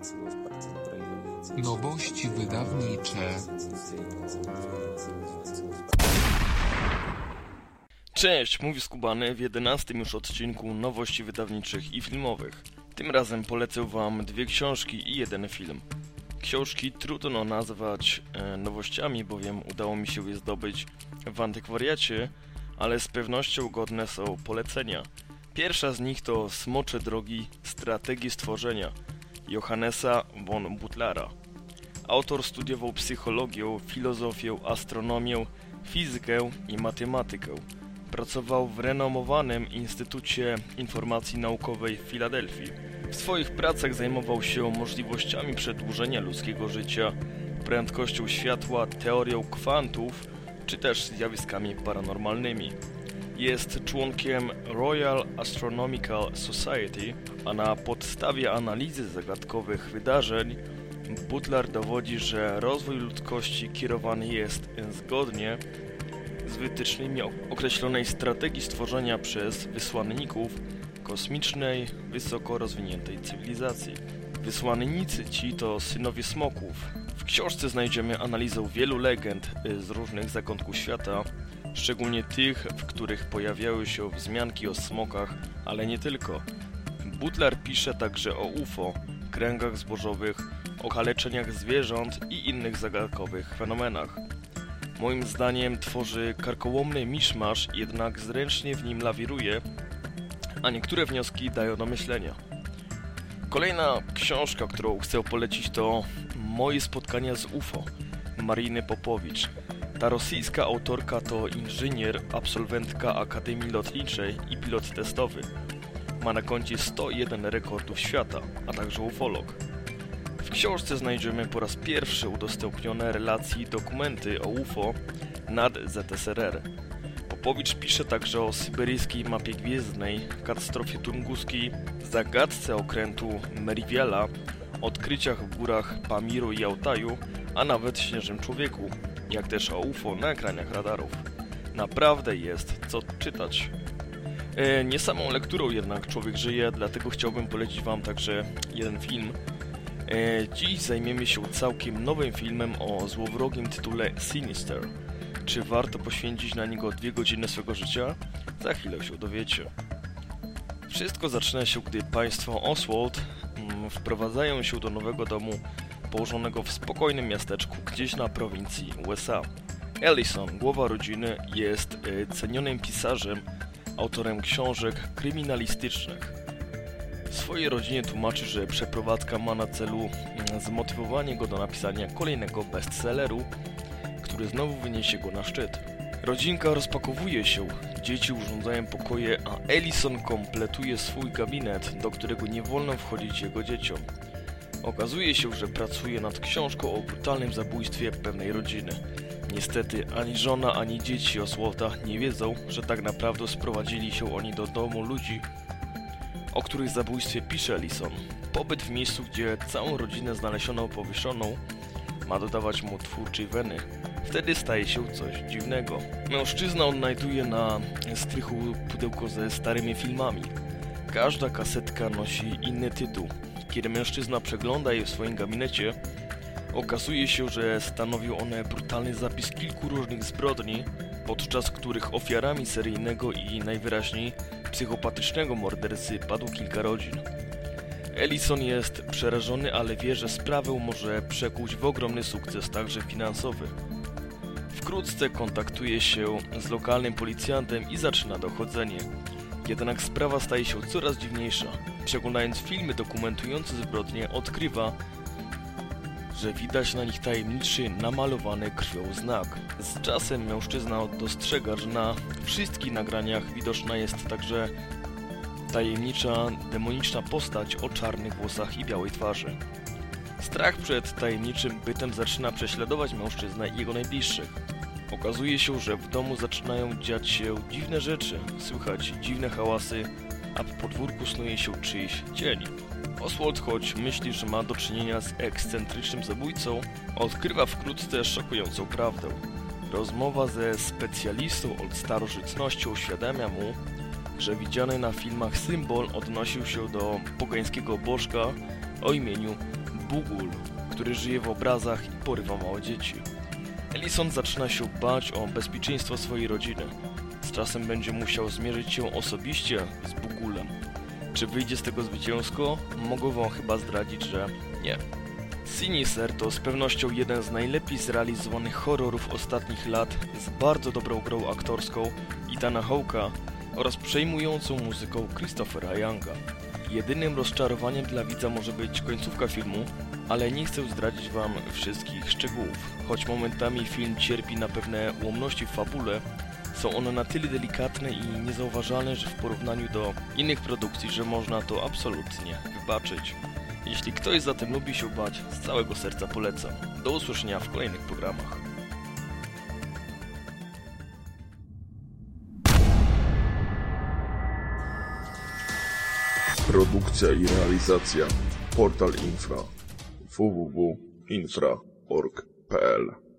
Nowości wydawnicze. Cześć, mówi Skubany w 11. już odcinku nowości wydawniczych i filmowych. Tym razem polecę wam 2 książki i 1 film. Książki trudno nazwać nowościami, bowiem udało mi się je zdobyć w antykwariacie, ale z pewnością godne są polecenia. Pierwsza z nich to Smocze drogi strategii stworzenia Johannesa von Butlera. Autor studiował psychologię, filozofię, astronomię, fizykę i matematykę. Pracował w renomowanym Instytucie Informacji Naukowej w Filadelfii. W swoich pracach zajmował się możliwościami przedłużenia ludzkiego życia, prędkością światła, teorią kwantów, czy też zjawiskami paranormalnymi. Jest członkiem Royal Astronomical Society, a na podstawie analizy zagadkowych wydarzeń Butler dowodzi, że rozwój ludzkości kierowany jest zgodnie z wytycznymi określonej strategii stworzenia przez wysłanników kosmicznej, wysoko rozwiniętej cywilizacji. Wysłannicy ci to synowie smoków. W książce znajdziemy analizę wielu legend z różnych zakątków świata, szczególnie tych, w których pojawiały się wzmianki o smokach, ale nie tylko. Butler pisze także o UFO, kręgach zbożowych, o kaleczeniach zwierząt i innych zagadkowych fenomenach. Moim zdaniem tworzy karkołomny miszmasz, jednak zręcznie w nim lawiruje, a niektóre wnioski dają do myślenia. Kolejna książka, którą chcę polecić, to Moje spotkania z UFO Mariny Popowicz. Ta rosyjska autorka to inżynier, absolwentka Akademii Lotniczej i pilot testowy. Ma na koncie 101 rekordów świata, a także ufolog. W książce znajdziemy po raz pierwszy udostępnione relacje i dokumenty o UFO nad ZSRR. Popowicz pisze także o syberyjskiej mapie gwiezdnej, katastrofie tunguskiej, zagadce okrętu Meriviela, odkryciach w górach Pamiru i Altaju, a nawet śnieżnym człowieku, jak też o UFO na ekraniach radarów. Naprawdę jest co czytać. Nie samą lekturą jednak człowiek żyje, dlatego chciałbym polecić wam także jeden film. Dziś zajmiemy się całkiem nowym filmem o złowrogim tytule Sinister. Czy warto poświęcić na niego 2 godziny swego życia? Za chwilę się dowiecie. Wszystko zaczyna się, gdy państwo Oswald wprowadzają się do nowego domu położonego w spokojnym miasteczku gdzieś na prowincji USA. Ellison, głowa rodziny, jest cenionym pisarzem, autorem książek kryminalistycznych. Swojej rodzinie tłumaczy, że przeprowadzka ma na celu zmotywowanie go do napisania kolejnego bestselleru, który znowu wyniesie go na szczyt. Rodzinka rozpakowuje się, dzieci urządzają pokoje, a Ellison kompletuje swój gabinet, do którego nie wolno wchodzić jego dzieciom. Okazuje się, że pracuje nad książką o brutalnym zabójstwie pewnej rodziny. Niestety ani żona, ani dzieci Oswalda nie wiedzą, że tak naprawdę sprowadzili się oni do domu ludzi, o których zabójstwie pisze Ellison. Pobyt w miejscu, gdzie całą rodzinę znaleziono powieszoną, ma dodawać mu twórczej weny. Wtedy staje się coś dziwnego. Mężczyzna odnajduje na strychu pudełko ze starymi filmami. Każda kasetka nosi inny tytuł. Kiedy mężczyzna przegląda je w swoim gabinecie, okazuje się, że stanowią one brutalny zapis kilku różnych zbrodni, podczas których ofiarami seryjnego i najwyraźniej psychopatycznego mordercy padło kilka rodzin. Ellison jest przerażony, ale wie, że sprawę może przekuć w ogromny sukces, także finansowy. Wkrótce kontaktuje się z lokalnym policjantem i zaczyna dochodzenie. Jednak sprawa staje się coraz dziwniejsza. Przeglądając filmy dokumentujące zbrodnie, odkrywa, że widać na nich tajemniczy, namalowany krwią znak. Z czasem mężczyzna dostrzega, że na wszystkich nagraniach widoczna jest także tajemnicza, demoniczna postać o czarnych włosach i białej twarzy. Strach przed tajemniczym bytem zaczyna prześladować mężczyznę i jego najbliższych. Okazuje się, że w domu zaczynają dziać się dziwne rzeczy, słychać dziwne hałasy, a po podwórku snuje się czyjś cień. Oswald, choć myśli, że ma do czynienia z ekscentrycznym zabójcą, odkrywa wkrótce szokującą prawdę. Rozmowa ze specjalistą od starożytności uświadamia mu, że widziany na filmach symbol odnosił się do pogańskiego bożka o imieniu Bugul, który żyje w obrazach i porywa małe dzieci. Ellison zaczyna się bać o bezpieczeństwo swojej rodziny. Z czasem będzie musiał zmierzyć się osobiście z Bugulem. Czy wyjdzie z tego zwycięsko? Mogę wam chyba zdradzić, że nie. Sinister to z pewnością jeden z najlepiej zrealizowanych horrorów ostatnich lat z bardzo dobrą grą aktorską Ethana Hawke'a oraz przejmującą muzyką Christophera Younga. Jedynym rozczarowaniem dla widza może być końcówka filmu, ale nie chcę zdradzić wam wszystkich szczegółów. Choć momentami film cierpi na pewne ułomności w fabule, są one na tyle delikatne i niezauważalne, że w porównaniu do innych produkcji, że można to absolutnie wybaczyć. Jeśli ktoś zatem lubi się bać, z całego serca polecam. Do usłyszenia w kolejnych programach. Produkcja i realizacja Portal Infra www.infra.org.pl